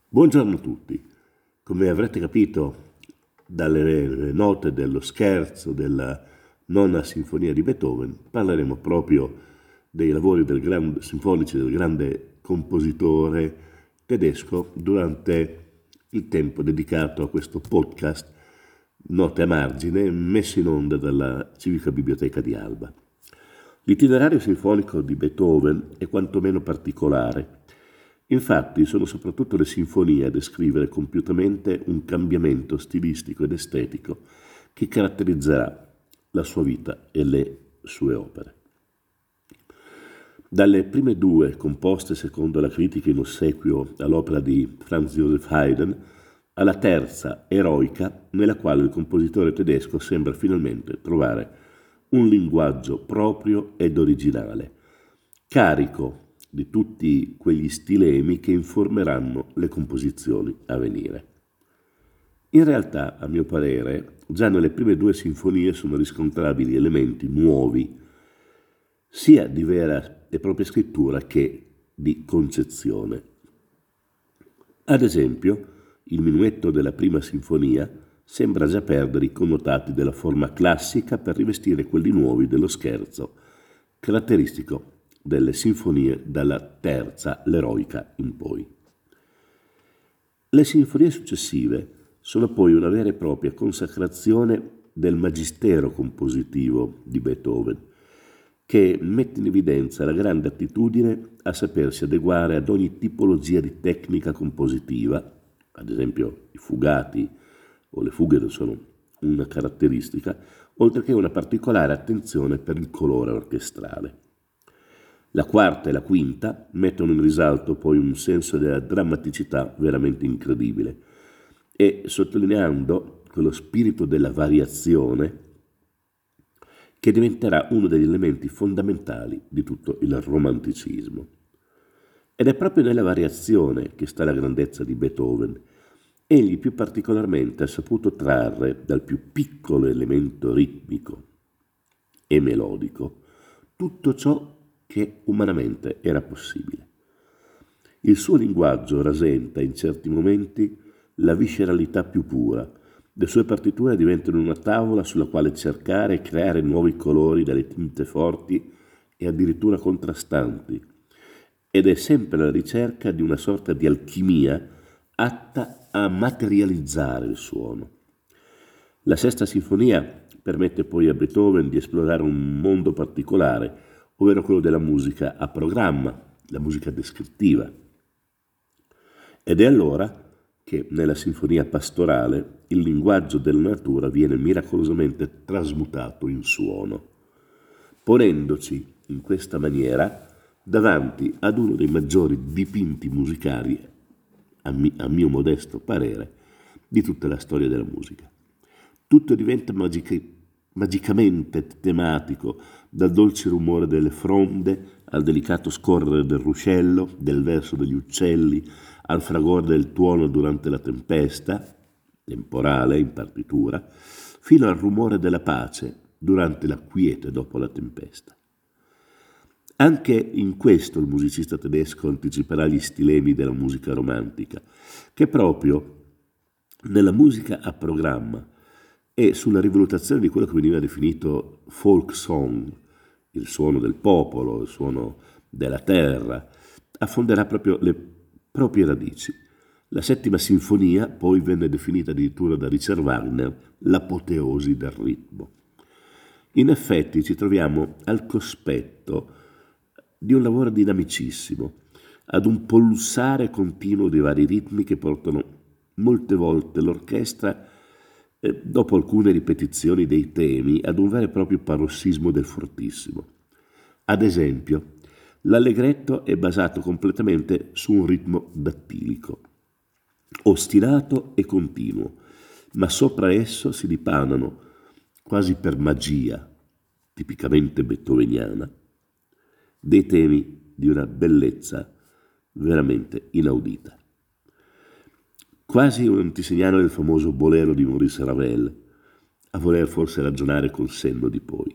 Buongiorno a tutti. Come avrete capito dalle note dello scherzo della nona sinfonia di Beethoven, parleremo proprio dei lavori sinfonici del grande compositore tedesco durante il tempo dedicato a questo podcast, note a margine, messo in onda dalla Civica Biblioteca di Alba. L'itinerario sinfonico di Beethoven è quantomeno particolare. Infatti sono soprattutto le sinfonie a descrivere compiutamente un cambiamento stilistico ed estetico che caratterizzerà la sua vita e le sue opere. Dalle prime due, composte secondo la critica in ossequio all'opera di Franz Joseph Haydn, alla terza, eroica, nella quale il compositore tedesco sembra finalmente trovare un linguaggio proprio ed originale, carico di tutti quegli stilemi che informeranno le composizioni a venire. In realtà, a mio parere, già nelle prime due sinfonie sono riscontrabili elementi nuovi, sia di vera e propria scrittura che di concezione. Ad esempio, il minuetto della prima sinfonia sembra già perdere i connotati della forma classica per rivestire quelli nuovi dello scherzo, caratteristico delle sinfonie dalla terza, l'eroica, in poi. Le sinfonie successive sono poi una vera e propria consacrazione del magistero compositivo di Beethoven, che mette in evidenza la grande attitudine a sapersi adeguare ad ogni tipologia di tecnica compositiva, ad esempio i fugati o le fughe sono una caratteristica, oltre che una particolare attenzione per il colore orchestrale. La quarta e la quinta mettono in risalto poi un senso della drammaticità veramente incredibile e sottolineando quello spirito della variazione che diventerà uno degli elementi fondamentali di tutto il romanticismo. Ed è proprio nella variazione che sta la grandezza di Beethoven. Egli più particolarmente ha saputo trarre dal più piccolo elemento ritmico e melodico tutto ciò che umanamente era possibile. Il suo linguaggio rasenta in certi momenti la visceralità più pura. Le sue partiture diventano una tavola sulla quale cercare e creare nuovi colori dalle tinte forti e addirittura contrastanti, ed è sempre alla ricerca di una sorta di alchimia atta a materializzare il suono. La sesta sinfonia permette poi a Beethoven di esplorare un mondo particolare, ovvero quello della musica a programma, la musica descrittiva. Ed è allora che nella sinfonia pastorale il linguaggio della natura viene miracolosamente trasmutato in suono, ponendoci in questa maniera davanti ad uno dei maggiori dipinti musicali, a mio modesto parere, di tutta la storia della musica. Tutto diventa magicamente tematico, dal dolce rumore delle fronde al delicato scorrere del ruscello, del verso degli uccelli, al fragore del tuono durante la tempesta, temporale in partitura, fino al rumore della pace durante la quiete dopo la tempesta. Anche in questo il musicista tedesco anticiperà gli stilemi della musica romantica, che proprio nella musica a programma e sulla rivalutazione di quello che veniva definito folk song, il suono del popolo, il suono della terra, affonderà proprio le proprie radici. La settima sinfonia poi venne definita addirittura da Richard Wagner l'apoteosi del ritmo. In effetti ci troviamo al cospetto di un lavoro dinamicissimo, ad un pulsare continuo dei vari ritmi che portano molte volte l'orchestra, dopo alcune ripetizioni dei temi, ad un vero e proprio parossismo del fortissimo. Ad esempio, l'allegretto è basato completamente su un ritmo dattilico, ostinato e continuo, ma sopra esso si dipanano, quasi per magia, tipicamente beethoveniana, dei temi di una bellezza veramente inaudita. Quasi un antesignano del famoso bolero di Maurice Ravel, a voler forse ragionare col senno di poi.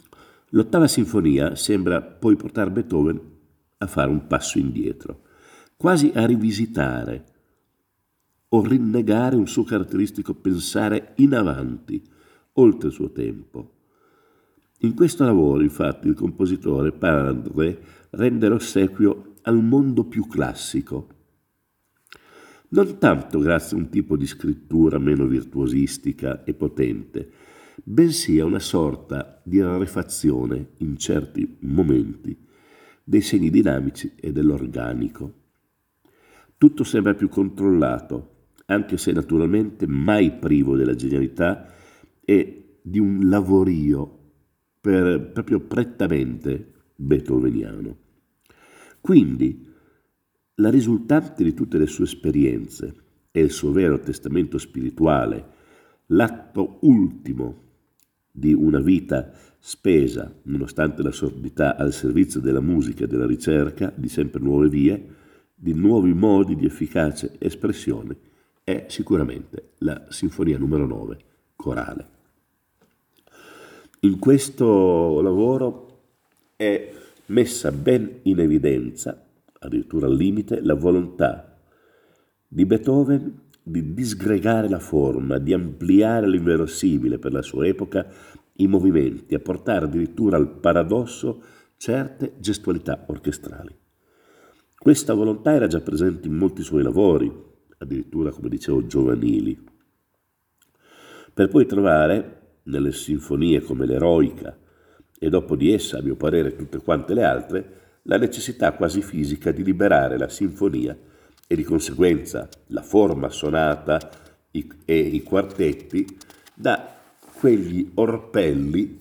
L'ottava sinfonia sembra poi portare Beethoven a fare un passo indietro, quasi a rivisitare o rinnegare un suo caratteristico pensare in avanti, oltre il suo tempo. In questo lavoro, infatti, il compositore parve rendere ossequio al mondo più classico, non tanto grazie a un tipo di scrittura meno virtuosistica e potente, bensì a una sorta di rarefazione, in certi momenti, dei segni dinamici e dell'organico. Tutto sembra più controllato, anche se naturalmente mai privo della genialità e di un lavorio proprio prettamente beethoveniano. Quindi la risultante di tutte le sue esperienze e il suo vero testamento spirituale, l'atto ultimo di una vita spesa, nonostante la sordità, al servizio della musica e della ricerca di sempre nuove vie, di nuovi modi di efficace espressione, è sicuramente la Sinfonia numero 9, corale. In questo lavoro è messa ben in evidenza, addirittura al limite, la volontà di Beethoven di disgregare la forma, di ampliare l'inverosimile per la sua epoca i movimenti, a portare addirittura al paradosso certe gestualità orchestrali. Questa volontà era già presente in molti suoi lavori, addirittura, come dicevo, giovanili, per poi trovare nelle sinfonie come l'Eroica e dopo di essa, a mio parere, tutte quante le altre, la necessità quasi fisica di liberare la sinfonia e di conseguenza la forma sonata e i quartetti da quegli orpelli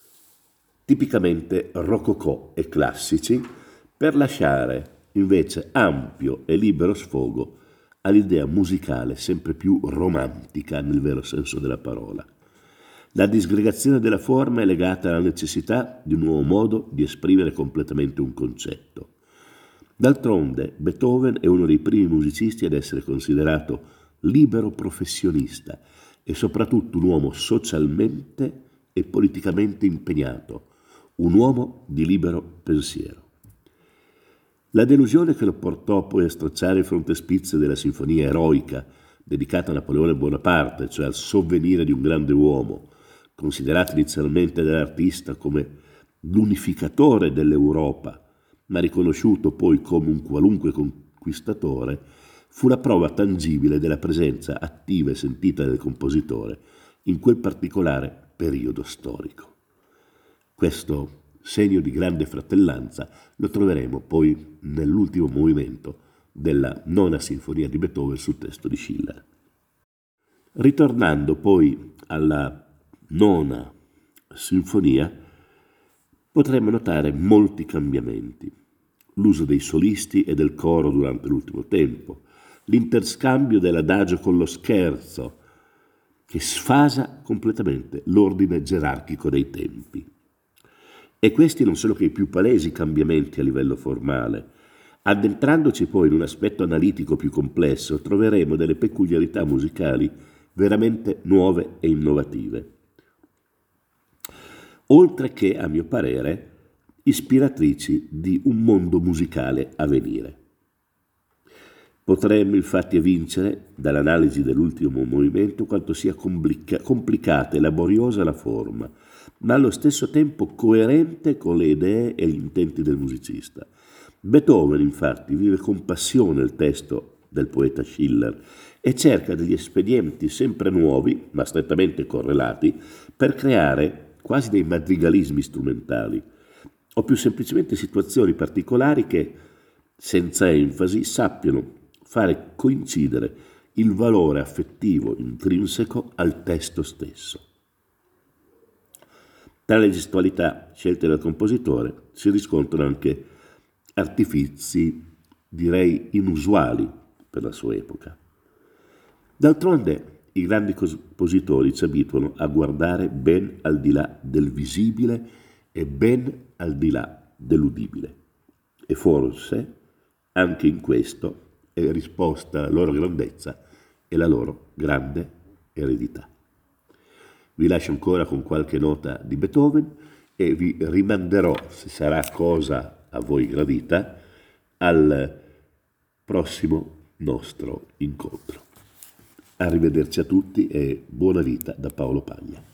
tipicamente rococò e classici, per lasciare invece ampio e libero sfogo all'idea musicale sempre più romantica nel vero senso della parola. La disgregazione della forma è legata alla necessità di un nuovo modo di esprimere completamente un concetto. D'altronde, Beethoven è uno dei primi musicisti ad essere considerato libero professionista e soprattutto un uomo socialmente e politicamente impegnato, un uomo di libero pensiero. La delusione che lo portò poi a stracciare il frontespizio della Sinfonia Eroica, dedicata a Napoleone Bonaparte, cioè al sovvenire di un grande uomo, considerato inizialmente dall'artista come l'unificatore dell'Europa, ma riconosciuto poi come un qualunque conquistatore, fu la prova tangibile della presenza attiva e sentita del compositore in quel particolare periodo storico. Questo segno di grande fratellanza lo troveremo poi nell'ultimo movimento della nona sinfonia di Beethoven sul testo di Schiller. Ritornando poi alla nona sinfonia, potremmo notare molti cambiamenti. L'uso dei solisti e del coro durante l'ultimo tempo, l'interscambio dell'adagio con lo scherzo, che sfasa completamente l'ordine gerarchico dei tempi. E questi non sono che i più palesi cambiamenti a livello formale. Addentrandoci poi in un aspetto analitico più complesso, troveremo delle peculiarità musicali veramente nuove e innovative, oltre che, a mio parere, ispiratrici di un mondo musicale a venire. Potremmo infatti evincere dall'analisi dell'ultimo movimento quanto sia complicata e laboriosa la forma, ma allo stesso tempo coerente con le idee e gli intenti del musicista. Beethoven, infatti, vive con passione il testo del poeta Schiller e cerca degli espedienti sempre nuovi, ma strettamente correlati, per creare quasi dei madrigalismi strumentali, o più semplicemente situazioni particolari che, senza enfasi, sappiano fare coincidere il valore affettivo intrinseco al testo stesso. Tra le gestualità scelte dal compositore si riscontrano anche artifizi, direi, inusuali per la sua epoca. D'altronde, i grandi compositori ci abituano a guardare ben al di là del visibile e ben al di là dell'udibile. E forse, anche in questo, è risposta alla loro grandezza e la loro grande eredità. Vi lascio ancora con qualche nota di Beethoven e vi rimanderò, se sarà cosa a voi gradita, al prossimo nostro incontro. Arrivederci a tutti e buona vita da Paolo Paglia.